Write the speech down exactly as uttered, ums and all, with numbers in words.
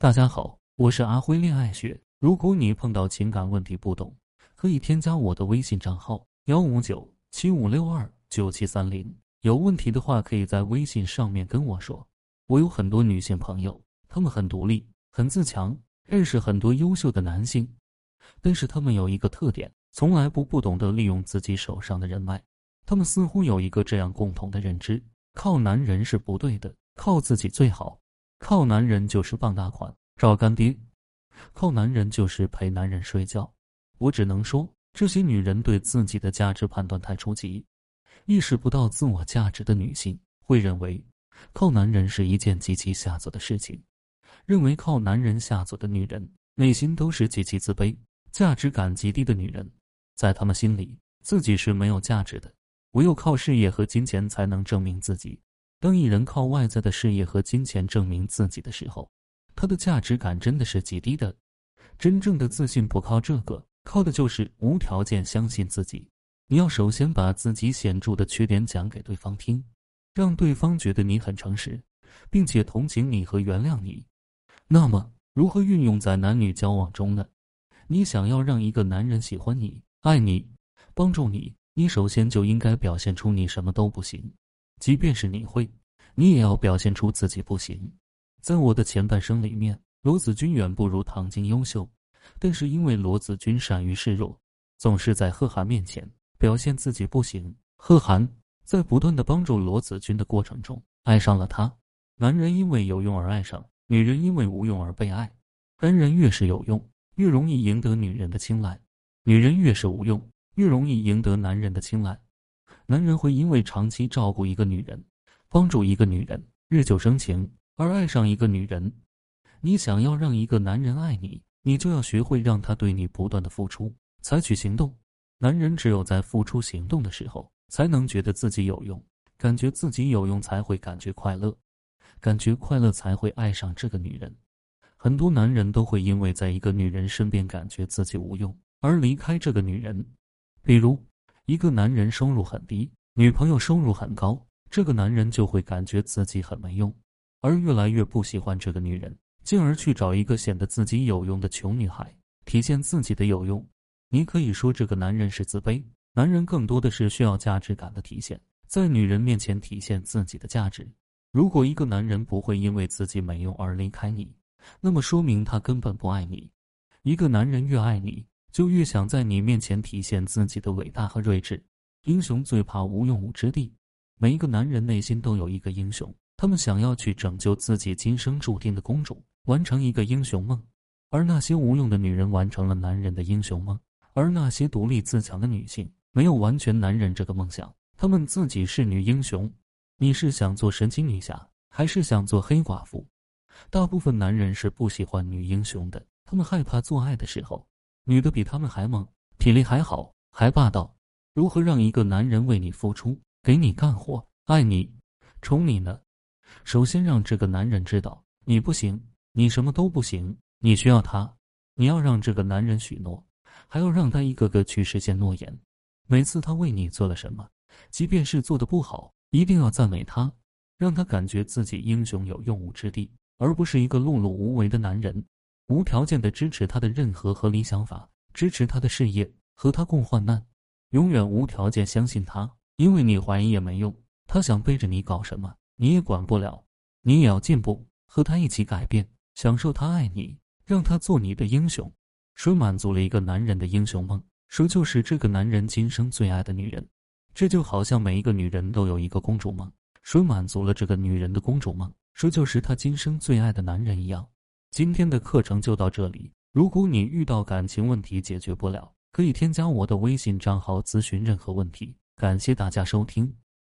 大家好，我是阿辉恋爱学。如果你碰到情感问题不懂，可以添加我的微信账号幺五九七五六二九七三零。有问题的话，可以在微信上面跟我说。我有很多女性朋友，她们很独立，很自强，认识很多优秀的男性，但是她们有一个特点，从来不不懂得利用自己手上的人脉。她们似乎有一个这样共同的认知：靠男人是不对的，靠自己最好。靠男人就是傍大款、找干爹，靠男人就是陪男人睡觉。我只能说，这些女人对自己的价值判断太初级，意识不到自我价值的女性会认为靠男人是一件极其下作的事情，认为靠男人下作的女人内心都是极其自卑、价值感极低的女人，在她们心里自己是没有价值的，唯有靠事业和金钱才能证明自己。当一人靠外在的事业和金钱证明自己的时候，他的价值感真的是极低的。真正的自信不靠这个，靠的就是无条件相信自己。你要首先把自己显著的缺点讲给对方听，让对方觉得你很诚实，并且同情你和原谅你。那么，如何运用在男女交往中呢？你想要让一个男人喜欢你、爱你、帮助你，你首先就应该表现出你什么都不行。即便是你会，你也要表现出自己不行。在我的前半生里面，罗子君远不如唐晶优秀，但是因为罗子君善于示弱，总是在贺涵面前表现自己不行。贺涵在不断的帮助罗子君的过程中，爱上了他。男人因为有用而爱上，女人因为无用而被爱。男人越是有用，越容易赢得女人的青睐；女人越是无用，越容易赢得男人的青睐。男人会因为长期照顾一个女人，帮助一个女人，日久生情，而爱上一个女人。你想要让一个男人爱你，你就要学会让他对你不断的付出，采取行动。男人只有在付出行动的时候，才能觉得自己有用，感觉自己有用才会感觉快乐，感觉快乐才会爱上这个女人。很多男人都会因为在一个女人身边感觉自己无用，而离开这个女人。比如一个男人收入很低，女朋友收入很高，这个男人就会感觉自己很没用，而越来越不喜欢这个女人，进而去找一个显得自己有用的穷女孩，体现自己的有用。你可以说这个男人是自卑，男人更多的是需要价值感的体现，在女人面前体现自己的价值。如果一个男人不会因为自己没用而离开你，那么说明他根本不爱你。一个男人越爱你，就越想在你面前体现自己的伟大和睿智。英雄最怕无用武之地，每一个男人内心都有一个英雄，他们想要去拯救自己今生注定的公主，完成一个英雄梦。而那些无用的女人完成了男人的英雄梦，而那些独立自强的女性没有完全男人这个梦想，她们自己是女英雄。你是想做神奇女侠，还是想做黑寡妇？大部分男人是不喜欢女英雄的，他们害怕做爱的时候女的比他们还猛，体力还好，还霸道。如何让一个男人为你付出，给你干活，爱你，宠你呢？首先让这个男人知道你不行，你什么都不行，你需要他。你要让这个男人许诺，还要让他一个个去实现诺言。每次他为你做了什么，即便是做得不好，一定要赞美他，让他感觉自己英雄有用武之地，而不是一个碌碌无为的男人。无条件的支持他的任何合理想法，支持他的事业，和他共患难，永远无条件相信他，因为你怀疑也没用，他想背着你搞什么，你也管不了。你也要进步，和他一起改变，享受他爱你，让他做你的英雄。谁满足了一个男人的英雄梦，谁就是这个男人今生最爱的女人。这就好像每一个女人都有一个公主梦，谁满足了这个女人的公主梦，谁就是她今生最爱的男人一样。今天的课程就到这里，如果你遇到感情问题解决不了，可以添加我的微信账号咨询任何问题。感谢大家收听。